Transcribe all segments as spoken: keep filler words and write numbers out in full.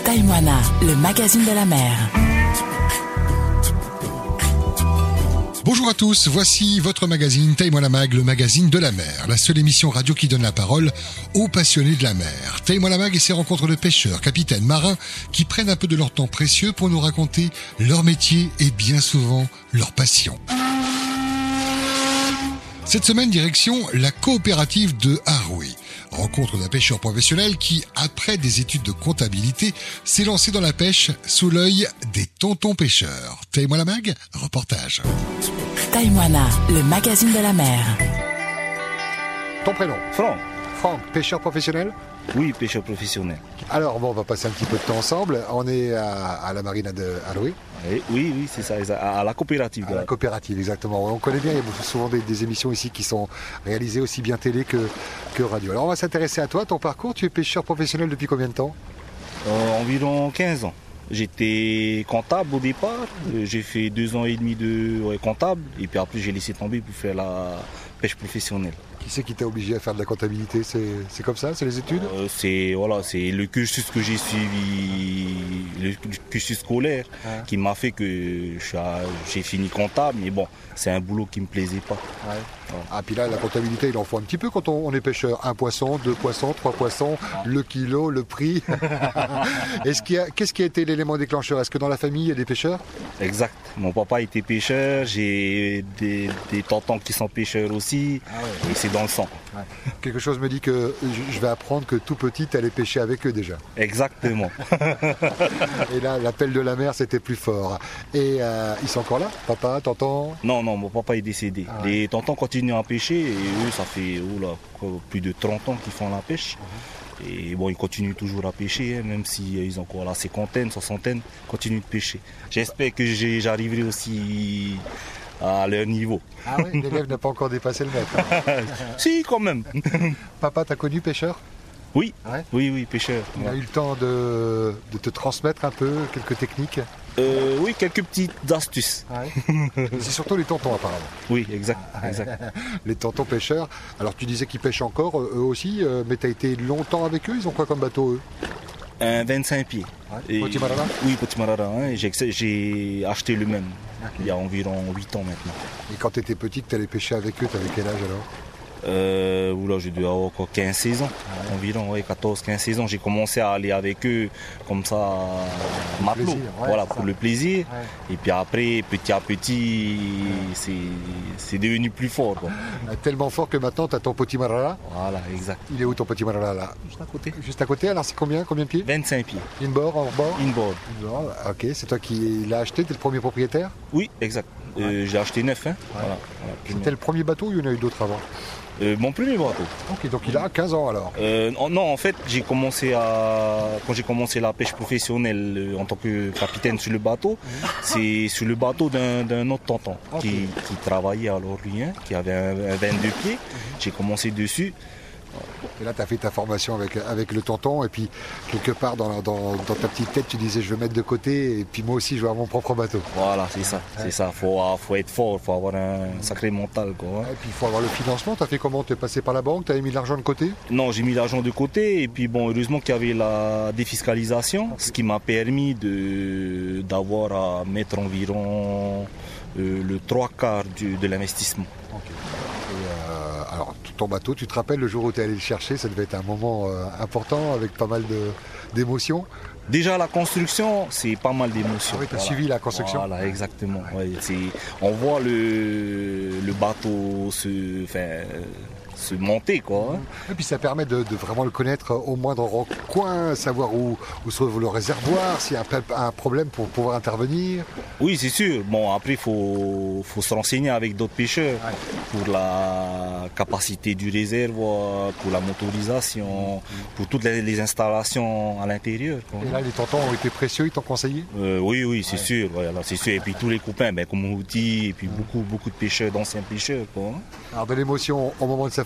Taïwana, le magazine de la mer. Bonjour à tous, voici votre magazine Taïwana Mag, le magazine de la mer, la seule émission radio qui donne la parole aux passionnés de la mer. Taïwana Mag et ses rencontres de pêcheurs, capitaines, marins qui prennent un peu de leur temps précieux pour nous raconter leur métier et bien souvent leur passion. Cette semaine, direction la coopérative de Haroué. Rencontre d'un pêcheur professionnel qui, après des études de comptabilité, s'est lancé dans la pêche sous l'œil des tontons pêcheurs. Taïwana Mag, reportage. Taïwana, le magazine de la mer. Ton prénom? Franck. Franck, pêcheur professionnel? Oui, pêcheur professionnel. Alors bon, on va passer un petit peu de temps ensemble. On est à, à la marina de Haroué. Oui, oui, oui, c'est ça, à la coopérative. À la coopérative, exactement. On connaît bien, il y a souvent des, des émissions ici qui sont réalisées aussi bien télé que, que radio. Alors on va s'intéresser à toi, ton parcours. Tu es pêcheur professionnel depuis combien de temps? euh, Environ quinze ans. J'étais comptable au départ, j'ai fait deux ans et demi de ouais, comptable, et puis après j'ai laissé tomber pour faire la pêche professionnelle. Qui c'est qui t'a obligé à faire de la comptabilité? C'est comme ça? C'est les études? euh, C'est voilà, c'est le cursus que j'ai suivi, le cursus scolaire, ouais. Qui m'a fait que j'ai fini comptable, mais bon, c'est un boulot qui me plaisait pas. Ouais. Ouais. Ah, puis là, la comptabilité, il en faut un petit peu quand on, on est pêcheur. Un poisson, deux poissons, trois poissons, le kilo, le prix. Qu'est-ce qui a, qu'est-ce qui a été l'élément déclencheur? Est-ce que dans la famille, il y a des pêcheurs? Exact. Mon papa était pêcheur, j'ai des, des tontons qui sont pêcheurs aussi, ah ouais. Et c'est dans le sang. Ouais. Quelque chose me dit que je vais apprendre que tout petit, tu allais pêcher avec eux déjà. Exactement. Et là, l'appel de la mer, c'était plus fort. Et euh, ils sont encore là? Papa, tonton? Non, non, mon papa est décédé. Ah ouais. Les tontons continuent à pêcher et eux, ça fait oh là, plus de trente ans qu'ils font la pêche. Uh-huh. Et bon, ils continuent toujours à pêcher, hein, même s'ils ont encore la cinquantaine, soixantaine, ils continuent de pêcher. J'espère que j'arriverai aussi à leur niveau. Ah oui, l'élève n'a pas encore dépassé le maître. Hein. Si, quand même. Papa, t'as connu pêcheur? Oui, ouais. oui, oui, pêcheur. Il ouais. a eu le temps de, de te transmettre un peu quelques techniques? euh, Oui, quelques petites astuces. Ouais. C'est surtout les tontons apparemment. Oui, exact, exact. Les tontons pêcheurs. Alors tu disais qu'ils pêchent encore, eux aussi, mais tu as été longtemps avec eux? Ils ont quoi comme bateau, eux? Un vingt-cinq pieds. Ouais. Petit Marara? Oui, Petit Marara. Hein. J'ai acheté le même, okay. Il y a environ huit ans maintenant. Et quand tu étais petit, tu allais pêcher avec eux, tu avais quel âge alors? Euh, oula, je dois avoir encore quinze seize ans, ouais. Environ, ouais, quatorze quinze seize ans. J'ai commencé à aller avec eux comme ça, matelot, ouais, voilà, pour ça. Le plaisir. Ouais. Et puis après, petit à petit, c'est devenu plus fort. Quoi. Tellement fort que maintenant, tu as ton Petit Marara. Voilà, exact. Il est où ton Petit Marara là? Juste à côté. Juste à côté, alors c'est combien, combien de pieds? vingt-cinq pieds. Inboard, hors-bord? Inboard. Inboard. Ok, c'est toi qui l'as acheté, tu es le premier propriétaire? Oui, exact. Ouais. Euh, J'ai acheté neuf. Hein. Ouais. Voilà, voilà, c'était le premier bateau ou il y en a eu d'autres avant? Euh, mon premier bateau. Ok, donc il a quinze ans alors. euh, Non, en fait, j'ai commencé à quand j'ai commencé la pêche professionnelle euh, en tant que capitaine sur le bateau, mmh. C'est sur le bateau d'un autre tonton okay. qui, qui travaillait alors lui, hein, qui avait un, un vingt-deux pieds. Mmh. J'ai commencé dessus. Et là, tu as fait ta formation avec, avec le tonton, et puis quelque part dans, dans, dans ta petite tête, tu disais je vais mettre de côté, et puis moi aussi je vais avoir mon propre bateau. Voilà, c'est ça, ouais. C'est ça. Il faut, faut être fort, il faut avoir un sacré mental. Quoi, hein. Et puis il faut avoir le financement. Tu as fait comment? Tu es passé par la banque? Tu avais mis de l'argent de côté? Non, j'ai mis l'argent de côté, et puis bon, heureusement qu'il y avait la défiscalisation, okay. Ce qui m'a permis d'avoir à mettre environ euh, le trois quarts du, de l'investissement. Okay. Euh, alors, ton bateau, tu te rappelles le jour où tu es allé le chercher, ça devait être un moment euh, important avec pas mal d'émotions. Déjà la construction, c'est pas mal d'émotions. Ah oui, tu as voilà. suivi la construction. Voilà, exactement. Ouais, on voit le, le bateau se, enfin, se monter, quoi. Et puis ça permet de, de vraiment le connaître au moindre recoin, savoir où, où se trouve le réservoir, s'il y a un, un problème pour pouvoir intervenir. Oui, c'est sûr. Bon, après, il faut, faut se renseigner avec d'autres pêcheurs ouais. Pour la capacité du réservoir, pour la motorisation, mmh. Pour toutes les, les installations à l'intérieur. Et là, les tontons ont été précieux, ils t'ont conseillé? euh, Oui, oui, c'est ouais. sûr. Voilà, c'est sûr. Et puis tous les copains, ben, comme Outi, et puis mmh. beaucoup, beaucoup de pêcheurs, d'anciens pêcheurs. Quoi. Alors de l'émotion au moment de sa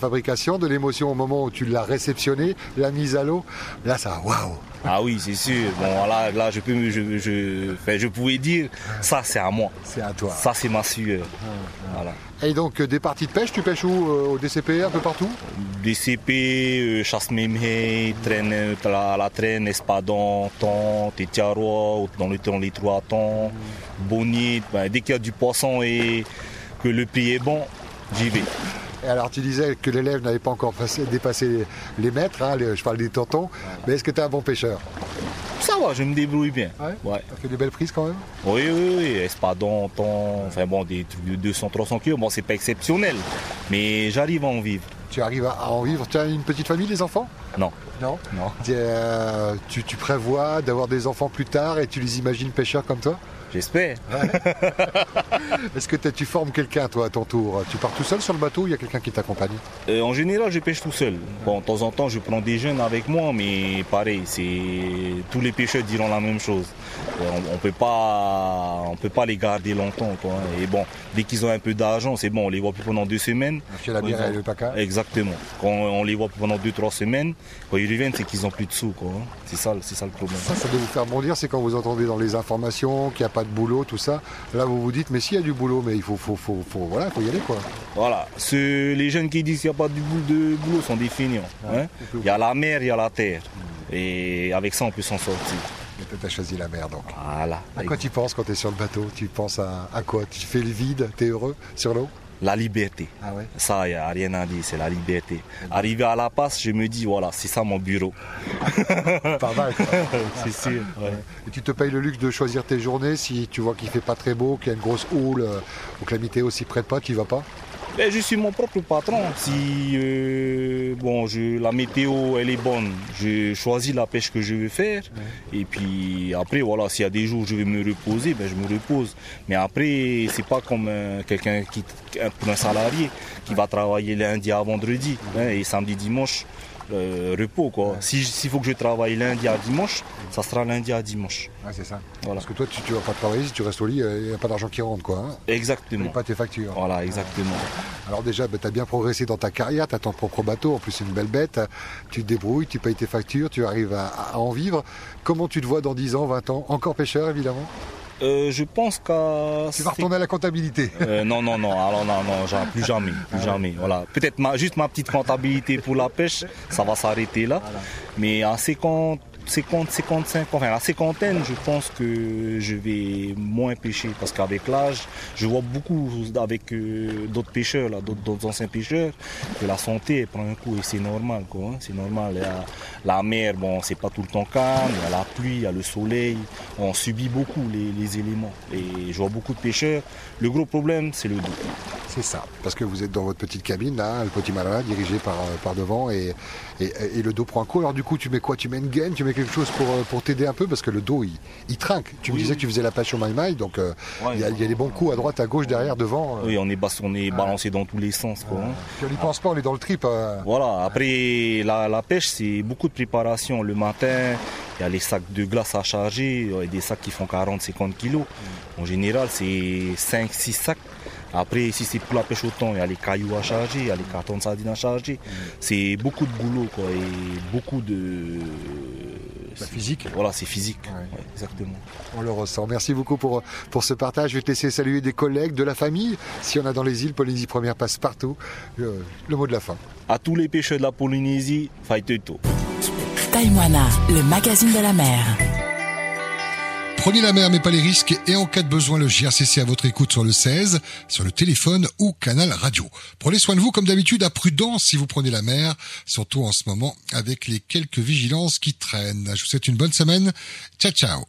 fabrication, de l'émotion au moment où tu l'as réceptionné, la mise à l'eau. Là, ça, waouh! Ah oui, c'est sûr. Bon, là, là je, peux, je, je, enfin, je pouvais dire, ça, c'est à moi. C'est à toi. Ça, c'est ma sueur. Ah, ah. Voilà. Et donc, des parties de pêche, tu pêches où? Au D C P, un peu partout? D C P, euh, chasse mémé, traîne à la traîne, espadon, thon, tétiarois, dans les, dans les trous à thon, bonite. Ben, dès qu'il y a du poisson et que le prix est bon, j'y vais. Et alors, tu disais que l'élève n'avait pas encore passé, dépassé les mètres, hein, les, je parle des tontons, mais est-ce que tu es un bon pêcheur? Ça va, je me débrouille bien. Ouais. Ouais. Tu as fait des belles prises quand même? Oui, oui, oui. Espadon, thon, enfin bon, des trucs de deux cents à trois cents kilos. Bon, c'est pas exceptionnel, mais j'arrive à en vivre. Tu arrives à en vivre? Tu as une petite famille, les enfants? Non. Non, non. Euh, tu, tu prévois d'avoir des enfants plus tard et tu les imagines pêcheurs comme toi? J'espère. Ouais. Est-ce que tu formes quelqu'un, toi, à ton tour? Tu pars tout seul sur le bateau ou il y a quelqu'un qui t'accompagne? euh, En général, je pêche tout seul. Bon, de temps en temps, je prends des jeunes avec moi, mais pareil, c'est tous les pêcheurs diront la même chose. On, on peut pas, on peut pas les garder longtemps, quoi. Et bon, dès qu'ils ont un peu d'argent, c'est bon, on les voit plus pendant deux semaines. Chez la bière et le paca. Exactement. Quand on les voit pendant deux, trois semaines, quand ils reviennent, c'est qu'ils ont plus de sous, quoi. C'est ça, c'est ça le problème. Ça, ça doit vous faire bondir, c'est quand vous entendez dans les informations qu'il n'y a pas de boulot, tout ça. Là, vous vous dites, mais s'il y a du boulot, mais il faut, faut, faut, faut, voilà, faut y aller, quoi. Voilà. Ceux, les jeunes qui disent qu'il n'y a pas de boulot sont des feignants. Hein. Il y a la mer, il y a la terre. Et avec ça, on peut s'en sortir. Et tu as choisi la mer, donc. Voilà. À quoi tu penses quand tu es sur le bateau? Tu penses à, à quoi? Tu fais le vide, tu es heureux sur l'eau? La liberté. Ah ouais. Ça, il n'y a rien à dire, c'est la liberté. Arrivé à La Passe, je me dis, voilà, c'est ça mon bureau. Pas mal, quoi. C'est sûr. Ouais. Et tu te payes le luxe de choisir tes journées si tu vois qu'il fait pas très beau, qu'il y a une grosse houle, ou que la météo s'y prête pas, tu y vas pas? Ben, je suis mon propre patron. Si euh, bon, je, la météo elle est bonne, je choisis la pêche que je veux faire. Ouais. Et puis après, voilà, s'il y a des jours où je vais me reposer, ben, je me repose. Mais après, c'est pas comme euh, quelqu'un qui, pour un salarié qui va travailler lundi à vendredi, hein, et samedi, dimanche. Euh, repos quoi. Ouais. Si s'il faut que je travaille lundi à dimanche, ça sera lundi à dimanche. Ouais, c'est ça. Voilà. Parce que toi, tu ne vas pas travailler, si tu restes au lit, il n'y a pas d'argent qui rentre, quoi. Hein. Exactement. Tu pas tes factures. Voilà, exactement. Alors déjà, bah, tu as bien progressé dans ta carrière, tu as ton propre bateau, en plus c'est une belle bête, tu te débrouilles, tu payes tes factures, tu arrives à, à en vivre. Comment tu te vois dans dix ans, vingt ans? Encore pêcheur, évidemment? Euh, je pense qu'à... Tu vas retourner à la comptabilité. euh, Non, non, non, alors non, non, genre, plus jamais, plus ah, jamais. Voilà. Peut-être ma, juste ma petite comptabilité pour la pêche, ça va s'arrêter là. Voilà. Mais à cinquante, cinquante, cinquante-cinq, enfin la cinquantaine, je pense que je vais moins pêcher parce qu'avec l'âge, je vois beaucoup avec euh, d'autres pêcheurs, là, d'autres, d'autres anciens pêcheurs, que la santé elle prend un coup et c'est normal, quoi. Hein, c'est normal. La, la mer, bon, c'est pas tout le temps calme, il y a la pluie, il y a le soleil, on subit beaucoup les, les éléments. Et je vois beaucoup de pêcheurs. Le gros problème, c'est le dos. C'est ça, parce que vous êtes dans votre petite cabine, là, le petit malin, dirigé par, par devant, et, et, et le dos prend un coup. Alors du coup, tu mets quoi? Tu mets une gaine, tu mets quelque chose pour, pour t'aider un peu, parce que le dos, il, il trinque. Tu oui, me disais oui. que tu faisais la pêche au maï-maï, donc il euh, ouais, y, y a des bons coups à droite, à gauche, derrière, devant. Euh... Oui, on est, bas, on est balancé dans tous les sens. Quoi, hein. Puis on n'y pense pas, on est dans le trip. Euh... Voilà, après, la, la pêche, c'est beaucoup de préparation. Le matin, il y a les sacs de glace à charger, il y a des sacs qui font quarante à cinquante kilos. En général, c'est cinq six sacs. Après, si c'est pour la pêche au thon, il y a les cailloux à charger, il y a les cartons de sardines à charger. C'est beaucoup de boulot, quoi, et beaucoup de... La physique. Voilà, c'est physique, ouais. Ouais, exactement. On le ressent. Merci beaucoup pour, pour ce partage. Je vais te laisser saluer des collègues, de la famille. Si on a dans les îles, Polynésie Première passe partout. Le, le mot de la fin. À tous les pêcheurs de la Polynésie, Faïteto. Taïwana, le magazine de la mer. Prenez la mer mais pas les risques et en cas de besoin le J R C C à votre écoute sur le seize, sur le téléphone ou canal radio. Prenez soin de vous comme d'habitude, à prudence si vous prenez la mer, surtout en ce moment avec les quelques vigilances qui traînent. Je vous souhaite une bonne semaine. Ciao ciao.